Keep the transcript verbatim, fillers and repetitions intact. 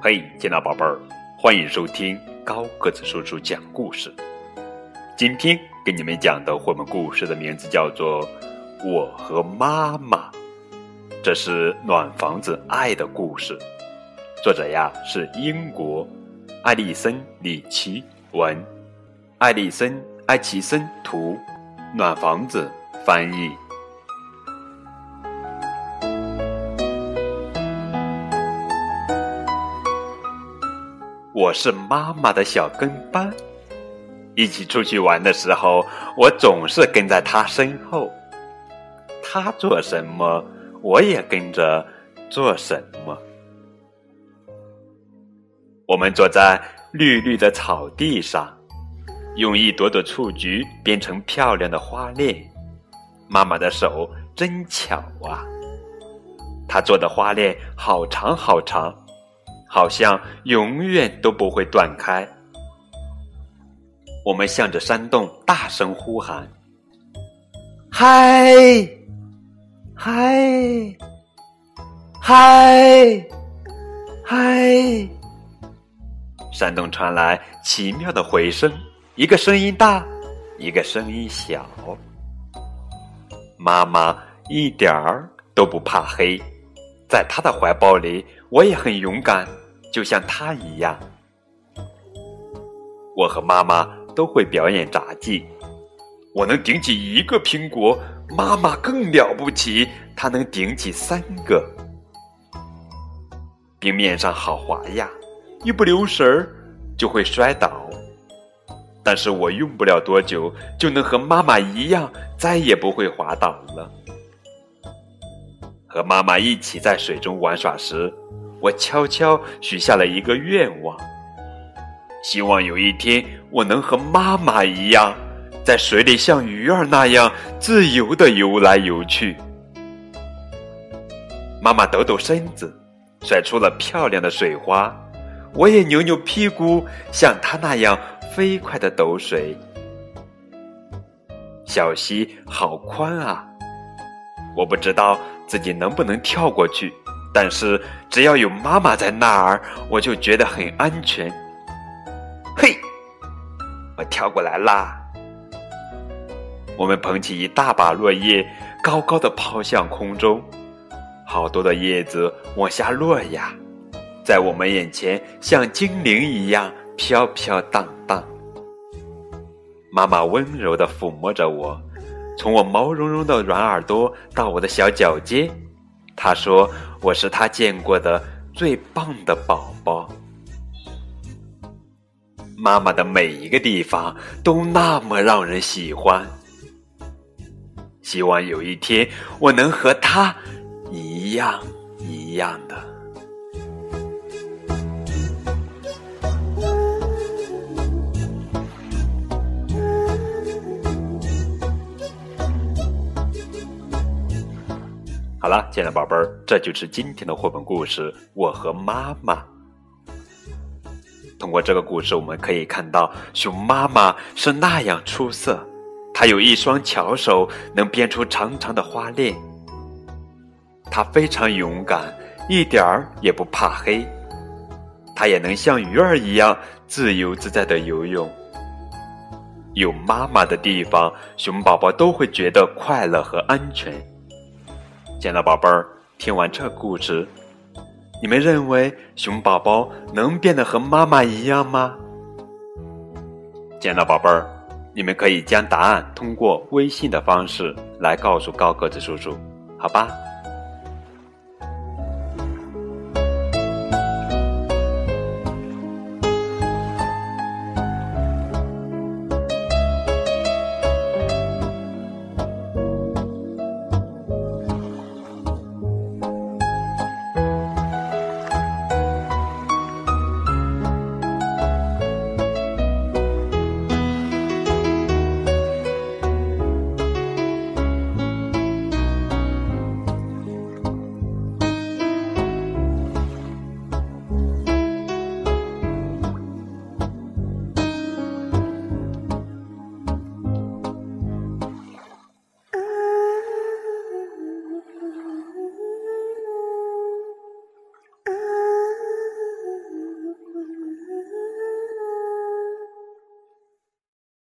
嘿，见到宝贝儿，欢迎收听高个子叔叔讲故事。今天给你们讲的绘本故事的名字叫做《我和妈妈》，这是暖房子爱的故事。作者呀是英国艾利森·里奇文，艾利森·埃奇森图，暖房子翻译。我是妈妈的小跟班，一起出去玩的时候，我总是跟在她身后。她做什么，我也跟着做什么。我们坐在绿绿的草地上，用一朵朵雏菊编成漂亮的花链。妈妈的手真巧啊，她做的花链好长好长，好像永远都不会断开。我们向着山洞大声呼喊：嗨嗨嗨嗨！山洞传来奇妙的回声，一个声音大，一个声音小。妈妈一点儿都不怕黑，在她的怀抱里，我也很勇敢，就像她一样。我和妈妈都会表演杂技，我能顶起一个苹果，妈妈更了不起，她能顶起三个。冰面上好滑呀，一不留神儿就会摔倒，但是我用不了多久就能和妈妈一样，再也不会滑倒了。和妈妈一起在水中玩耍时，我悄悄许下了一个愿望，希望有一天我能和妈妈一样，在水里像鱼儿那样自由地游来游去。妈妈抖抖身子，甩出了漂亮的水花，我也扭扭屁股，像她那样飞快地抖水。小溪好宽啊，我不知道自己能不能跳过去，但是只要有妈妈在那儿，我就觉得很安全。嘿，我跳过来啦！我们捧起一大把落叶，高高的抛向空中，好多的叶子往下落呀，在我们眼前像精灵一样飘飘荡荡。妈妈温柔地抚摸着我，从我毛茸茸的软耳朵到我的小脚尖，她说我是她见过的最棒的宝宝。妈妈的每一个地方都那么让人喜欢，希望有一天我能和她一样一样的。好了，亲爱的宝贝儿，这就是今天的绘本故事《我和妈妈》。通过这个故事，我们可以看到熊妈妈是那样出色，她有一双巧手，能编出长长的花链。她非常勇敢，一点儿也不怕黑。她也能像鱼儿一样自由自在地游泳。有妈妈的地方，熊宝宝都会觉得快乐和安全。亲爱的宝贝儿，听完这故事，你们认为熊宝宝能变得和妈妈一样吗？亲爱的宝贝儿，你们可以将答案通过微信的方式来告诉高个子叔叔，好吧？